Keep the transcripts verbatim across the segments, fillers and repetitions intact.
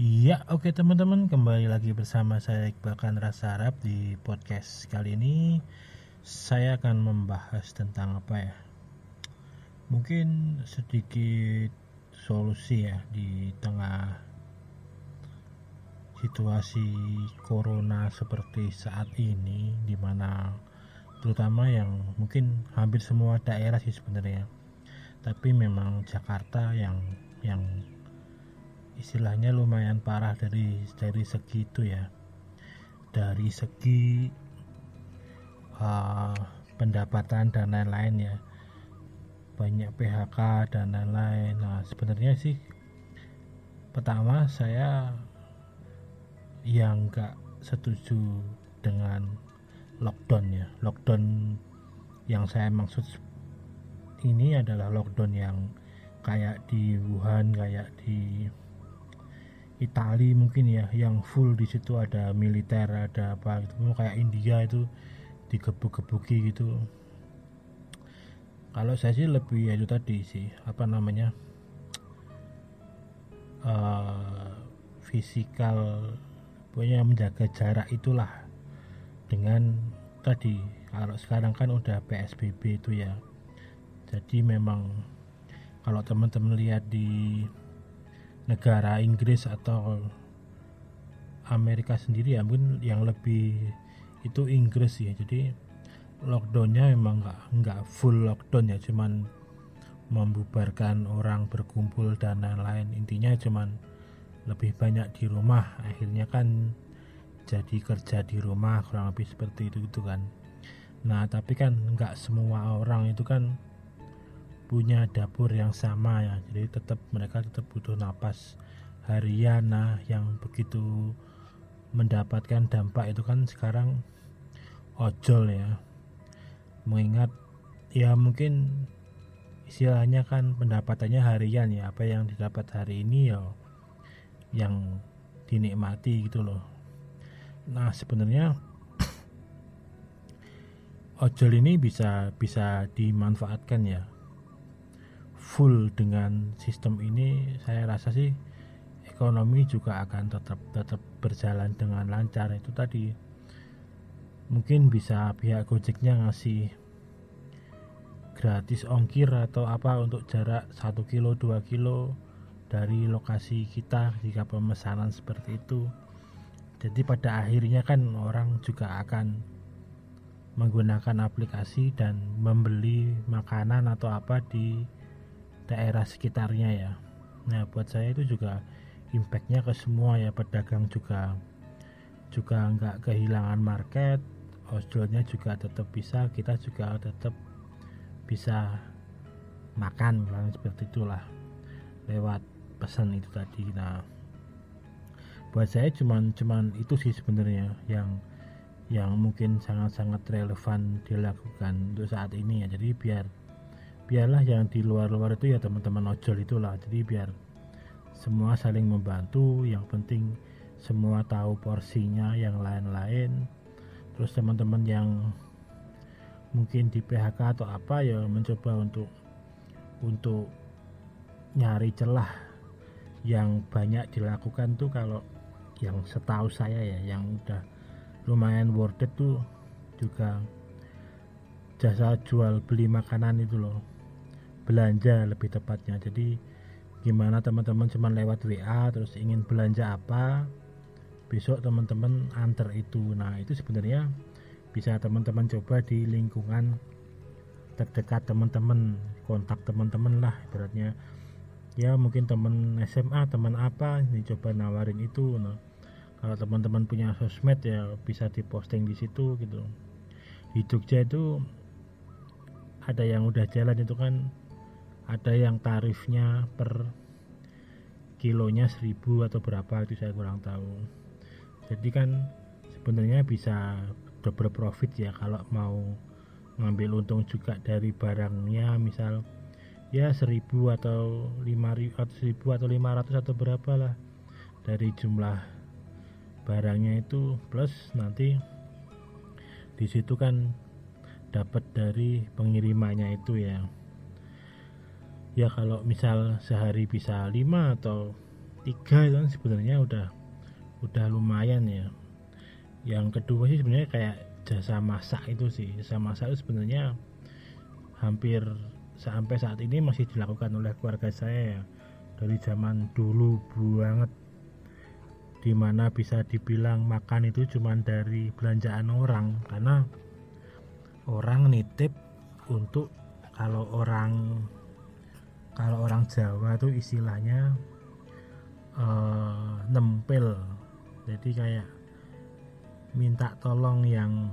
Iya, oke teman-teman, kembali lagi bersama saya Iqbal Kanra Sarap di podcast kali ini. Saya akan membahas tentang apa ya? Mungkin sedikit solusi ya di tengah situasi corona seperti saat ini, di mana terutama yang mungkin hampir semua daerah sih sebenarnya. Tapi memang Jakarta yang yang istilahnya lumayan parah dari dari segi itu ya, dari segi uh, pendapatan dan lain-lain ya, banyak P H K dan lain-lain. Nah sebenarnya sih pertama saya yang nggak setuju dengan lockdown ya. Lockdown yang saya maksud ini adalah lockdown yang kayak di Wuhan, kayak di Itali mungkin ya, yang full di situ ada militer, ada apa gitu. Kayak India itu digebuk-gebuki gitu. Kalau saya sih lebih ya itu tadi sih, apa namanya, uh, fisikal, pokoknya menjaga jarak itulah. Dengan tadi, kalau sekarang kan udah P S B B itu ya, jadi memang kalau teman-teman lihat di negara Inggris atau Amerika sendiri ya, mungkin yang lebih itu Inggris ya. Jadi lockdownnya memang nggak nggak full lockdown ya, cuman membubarkan orang berkumpul dan lain-lain. Intinya cuman lebih banyak di rumah, akhirnya kan jadi kerja di rumah, kurang lebih seperti itu gitu kan. Nah tapi kan nggak semua orang itu kan punya dapur yang sama ya, jadi tetap mereka tetap butuh napas harian. Nah yang begitu mendapatkan dampak itu kan sekarang ojol ya, mengingat ya mungkin istilahnya kan pendapatannya harian ya, apa yang didapat hari ini ya yang dinikmati gitu loh. Nah sebenarnya ojol ini bisa bisa dimanfaatkan ya full. Dengan sistem ini saya rasa sih ekonomi juga akan tetap tetap berjalan dengan lancar. Itu tadi mungkin bisa pihak Gojeknya ngasih gratis ongkir atau apa untuk jarak satu kilo dua kilo dari lokasi kita jika pemesanan seperti itu. Jadi pada akhirnya kan orang juga akan menggunakan aplikasi dan membeli makanan atau apa di daerah sekitarnya ya. Nah buat saya itu juga impactnya ke semua ya, pedagang juga juga nggak kehilangan market, ojolnya juga tetap bisa, kita juga tetap bisa makan kan, seperti itulah lewat pesan itu tadi. Nah buat saya cuman cuman itu sih sebenarnya yang yang mungkin sangat-sangat relevan dilakukan untuk saat ini ya. Jadi biar biarlah yang di luar-luar itu ya teman-teman ojol itulah, jadi biar semua saling membantu. Yang penting semua tahu porsinya, yang lain-lain. Terus teman-teman yang mungkin di P H K atau apa ya mencoba untuk untuk nyari celah. Yang banyak dilakukan tuh kalau yang setahu saya ya, yang udah lumayan worth it tuh juga jasa jual beli makanan itu loh, belanja lebih tepatnya. Jadi gimana teman-teman cuma lewat W A terus ingin belanja apa, besok teman-teman antar itu. Nah itu sebenarnya bisa teman-teman coba di lingkungan terdekat teman-teman, kontak teman-teman lah ibaratnya ya, mungkin teman S M A, teman apa, ini coba nawarin itu. Nah kalau teman-teman punya sosmed ya bisa diposting di situ gitu. Di Jogja itu ada yang udah jalan itu kan, ada yang tarifnya per kilonya seribu atau berapa itu saya kurang tahu. Jadi kan sebenarnya bisa double profit ya kalau mau ngambil untung juga dari barangnya, misal ya seribu atau lima ribu atau seribu atau lima ratus atau berapa lah dari jumlah barangnya itu, plus nanti di situ kan dapat dari pengirimannya itu ya. Ya kalau misal sehari bisa lima atau tiga itu kan sebenarnya udah udah lumayan ya. Yang kedua sih sebenarnya kayak jasa masak itu sih. Jasa masak itu sebenarnya hampir sampai saat ini masih dilakukan oleh keluarga saya ya. Dari zaman dulu banget, dimana bisa dibilang makan itu cuma dari belanjaan orang, karena orang nitip untuk kalau orang kalau orang Jawa tuh istilahnya uh, nempel. Jadi kayak minta tolong yang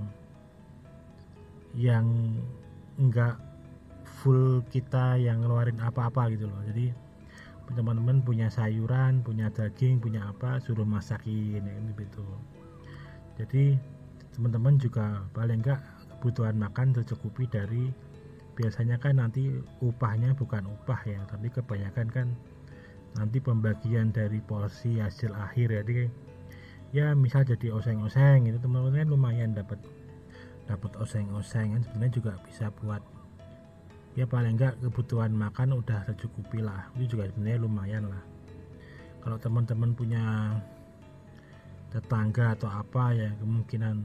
yang enggak full kita yang ngeluarin apa-apa gitu loh. Jadi teman-teman punya sayuran, punya daging, punya apa, suruh masakin gitu. Jadi teman-teman juga paling enggak kebutuhan makan tercukupi dari, biasanya kan nanti upahnya bukan upah ya, tapi kebanyakan kan nanti pembagian dari porsi hasil akhir. Jadi ya misal jadi oseng-oseng itu teman-teman kan lumayan dapat dapat oseng-oseng kan, sebenarnya juga bisa buat ya paling enggak kebutuhan makan udah tercukupi lah, itu juga sebenarnya lumayan lah. Kalau teman-teman punya tetangga atau apa ya kemungkinan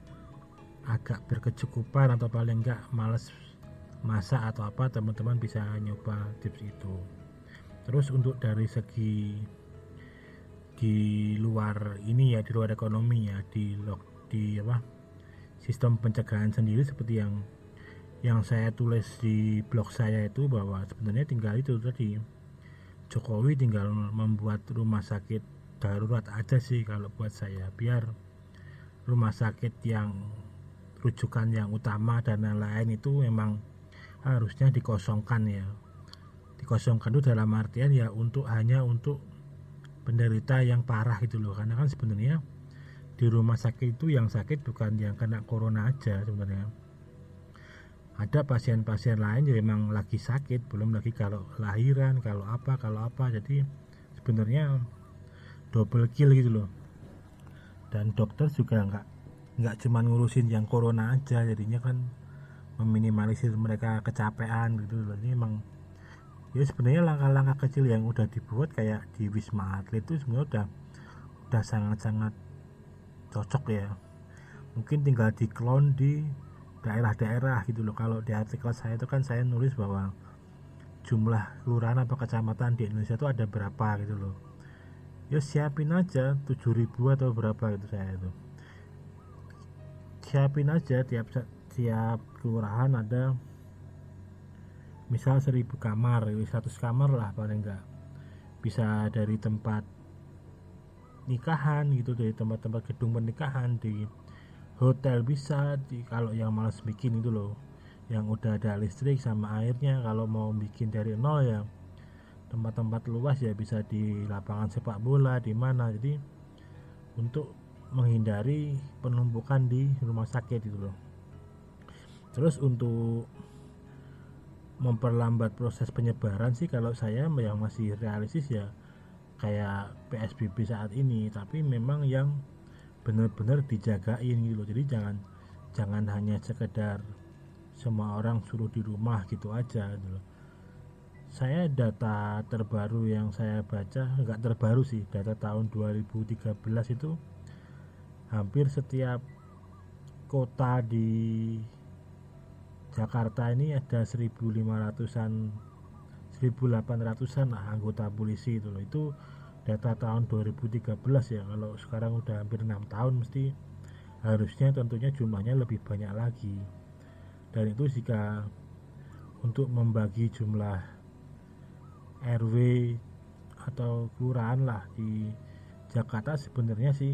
agak berkecukupan atau paling enggak males masak atau apa, teman-teman bisa nyoba tips itu. Terus untuk dari segi di luar ini ya, di luar ekonomi ya, di di apa sistem pencegahan sendiri, seperti yang yang saya tulis di blog saya itu, bahwa sebenarnya tinggal itu tadi, Jokowi tinggal membuat rumah sakit darurat aja sih kalau buat saya, biar rumah sakit yang rujukan yang utama dan lain-lain itu memang harusnya dikosongkan ya. Dikosongkan itu dalam artian ya untuk hanya untuk penderita yang parah gitu loh, karena kan sebenarnya di rumah sakit itu yang sakit bukan yang kena corona aja sebenarnya. Ada pasien-pasien lain yang memang lagi sakit, belum lagi kalau lahiran, kalau apa, kalau apa. Jadi sebenarnya double kill gitu loh. Dan dokter juga nggak nggak cuma ngurusin yang corona aja, jadinya kan meminimalisir mereka kecapean gitu loh. Jadi emang ya sebenarnya langkah-langkah kecil yang udah dibuat kayak di Wisma Atlet itu sebenarnya udah udah sangat-sangat cocok ya. Mungkin tinggal di clone di daerah-daerah gitu loh. Kalau di artikel saya itu kan saya nulis bahwa jumlah kelurahan atau kecamatan di Indonesia itu ada berapa gitu loh. Ya siapin aja tujuh ribu atau berapa gitu saya itu. Siapin aja tiap tiap kelurahan ada misal seribu kamar, seratus kamar lah paling enggak. Bisa dari tempat nikahan gitu, dari tempat-tempat gedung pernikahan, di hotel bisa, di, kalau yang malas bikin itu loh, yang udah ada listrik sama airnya. Kalau mau bikin dari nol ya tempat-tempat luas ya bisa di lapangan sepak bola di mana. Jadi untuk menghindari penumpukan di rumah sakit itu loh. Terus untuk memperlambat proses penyebaran sih kalau saya yang masih realistis ya kayak P S B B saat ini, tapi memang yang benar-benar dijagain gitu loh. Jadi jangan jangan hanya sekedar semua orang suruh di rumah gitu aja gitu loh. Saya data terbaru yang saya baca, enggak terbaru sih, data tahun dua ribu tiga belas itu hampir setiap kota di Jakarta ini ada seribu lima ratusan seribu delapan ratusan lah anggota polisi itu loh. Itu data tahun dua ribu tiga belas ya. Kalau sekarang udah hampir enam tahun, mesti harusnya tentunya jumlahnya lebih banyak lagi. Dan itu jika untuk membagi jumlah R W atau kelurahan lah di Jakarta, sebenarnya sih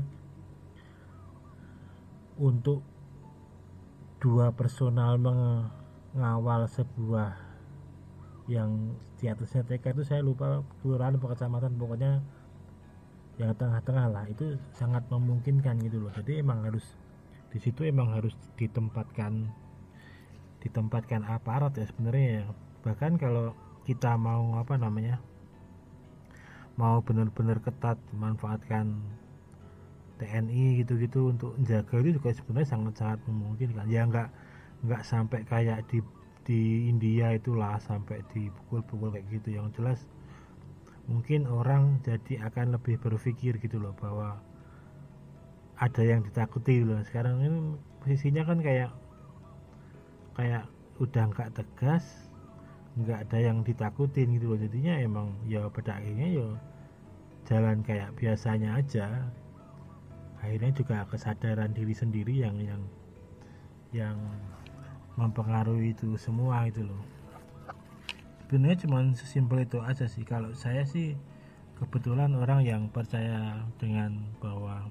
untuk dua personal mengawal sebuah yang di atasnya T K itu, saya lupa kelurahan atau kecamatan, pokoknya yang tengah-tengah lah, itu sangat memungkinkan gitu loh. Jadi emang harus di situ emang harus ditempatkan ditempatkan aparat ya sebenarnya ya. Bahkan kalau kita mau apa namanya mau benar-benar ketat memanfaatkan T N I gitu-gitu untuk menjaga, itu juga sebenarnya sangat-sangat memungkinkan ya. nggak nggak sampai kayak di di India itulah sampai dipukul-pukul kayak gitu. Yang jelas mungkin orang jadi akan lebih berpikir gitu loh, bahwa ada yang ditakuti loh. Sekarang ini posisinya kan kayak kayak udah nggak tegas, nggak ada yang ditakutin gitu loh. Jadinya emang ya pada akhirnya ya jalan kayak biasanya aja. Akhirnya juga kesadaran diri sendiri yang yang yang mempengaruhi itu semua gitu loh. Sebenarnya cuma sesimpel itu aja sih. Kalau saya sih kebetulan orang yang percaya dengan bahwa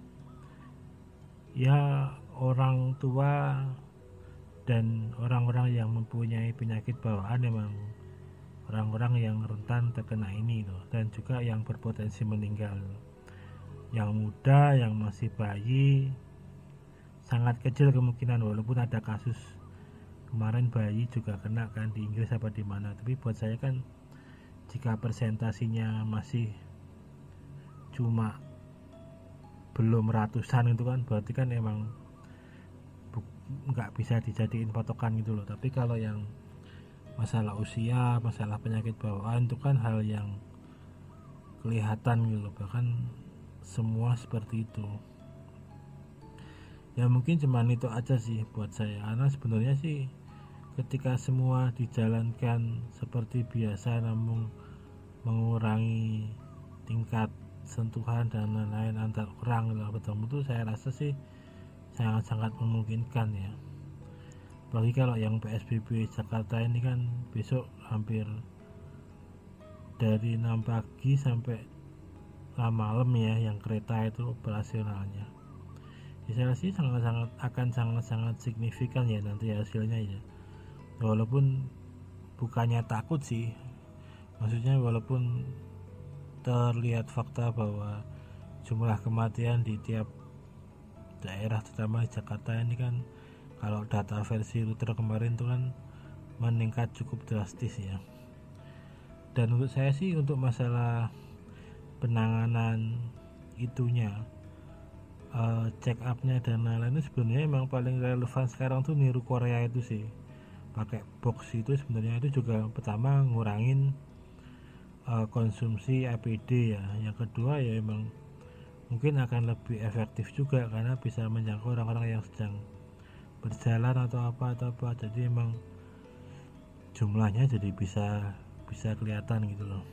ya orang tua dan orang-orang yang mempunyai penyakit bawaan memang orang-orang yang rentan terkena ini tuh, dan juga yang berpotensi meninggal. Yang muda, yang masih bayi, sangat kecil kemungkinan, walaupun ada kasus kemarin bayi juga kena kan di Inggris apa di mana. Tapi buat saya kan jika persentasinya masih cuma belum ratusan itu kan berarti kan emang nggak bisa dijadiin patokan gitu loh. Tapi kalau yang masalah usia, masalah penyakit bawaan itu kan hal yang kelihatan gitu loh, bahkan semua seperti itu. Ya mungkin cuman itu aja sih buat saya, karena sebenarnya sih ketika semua dijalankan seperti biasa namun mengurangi tingkat sentuhan dan lain-lain antar orang ketemu itu, saya rasa sih sangat-sangat memungkinkan ya. Apalagi kalau yang P S B B Jakarta ini kan besok hampir dari enam pagi sampai malam ya yang kereta itu operasionalnya. Ya, saya sih sangat-sangat akan sangat-sangat signifikan ya nanti hasilnya ya. Walaupun bukannya takut sih, maksudnya walaupun terlihat fakta bahwa jumlah kematian di tiap daerah terutama di Jakarta ini kan kalau data versi Reuters kemarin itu kan meningkat cukup drastis ya. Dan menurut saya sih untuk masalah penanganan itunya, uh, check upnya dan lain-lain, sebenarnya emang paling relevan sekarang tuh niru Korea itu sih. Pakai box itu sebenarnya itu juga pertama ngurangin uh, konsumsi A P D ya. Yang kedua ya emang mungkin akan lebih efektif juga karena bisa menjangkau orang-orang yang sedang berjalan atau apa atau apa. Jadi emang jumlahnya jadi bisa bisa kelihatan gitu loh.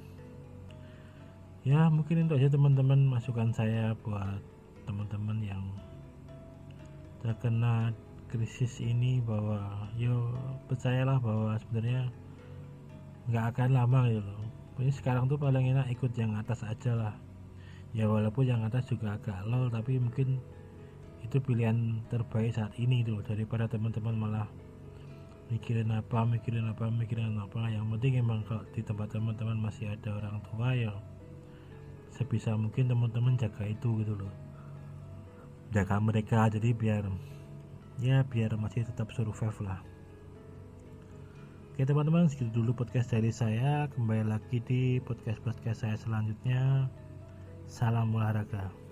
Ya mungkin itu aja teman-teman masukan saya buat teman-teman yang terkena krisis ini, bahwa yo percayalah bahwa sebenarnya nggak akan lama gitu loh. Pokoknya sekarang tuh paling enak ikut yang atas aja lah ya, walaupun yang atas juga agak lol, tapi mungkin itu pilihan terbaik saat ini tuh, daripada teman-teman malah mikirin apa mikirin apa mikirin apa. Yang penting emang kalau di tempat teman-teman masih ada orang tua ya sebisa mungkin teman-teman jaga itu gitu loh, jaga mereka, jadi biar ya biar masih tetap survive lah. Oke teman-teman, segitu dulu podcast dari saya. Kembali lagi di podcast-podcast saya selanjutnya. Salam olahraga.